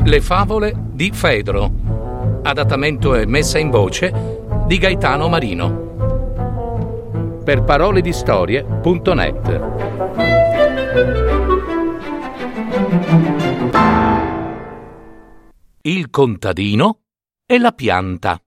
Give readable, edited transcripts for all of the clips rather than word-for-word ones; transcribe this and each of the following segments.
Le favole di Fedro. Adattamento e messa in voce di Gaetano Marino. Per paroledistorie.net. Il contadino e la pianta.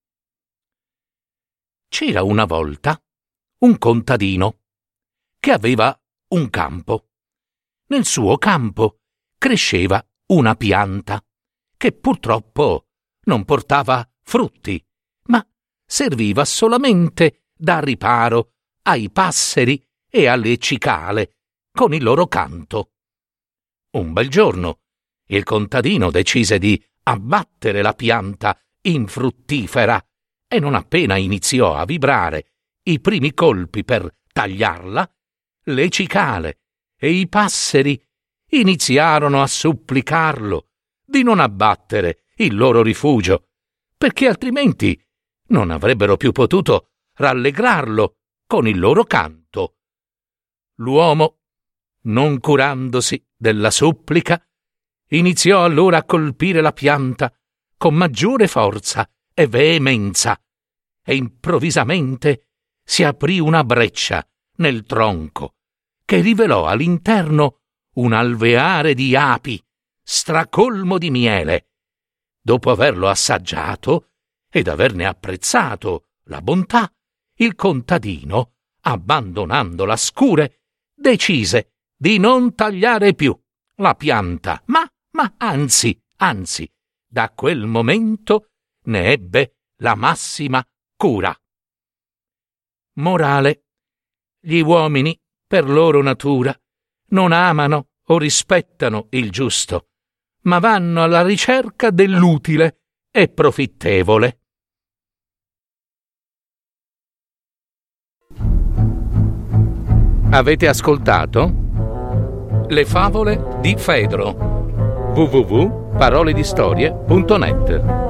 C'era una volta un contadino che aveva un campo. Nel suo campo cresceva una pianta che purtroppo non portava frutti, ma serviva solamente da riparo ai passeri e alle cicale con il loro canto. Un bel giorno il contadino decise di abbattere la pianta infruttifera e non appena iniziò a vibrare i primi colpi per tagliarla, le cicale e i passeri iniziarono a supplicarlo di non abbattere il loro rifugio, perché altrimenti non avrebbero più potuto rallegrarlo con il loro canto. L'uomo, non curandosi della supplica, iniziò allora a colpire la pianta con maggiore forza e veemenza, e improvvisamente si aprì una breccia nel tronco che rivelò all'interno un alveare di api stracolmo di miele. Dopo averlo assaggiato ed averne apprezzato la bontà, il contadino, abbandonando la scure, decise di non tagliare più la pianta, ma anzi, da quel momento ne ebbe la massima cura. Morale: gli uomini, per loro natura, non amano o rispettano il giusto, ma vanno alla ricerca dell'utile e profittevole. Avete ascoltato Le favole di Fedro. www.paroledistorie.net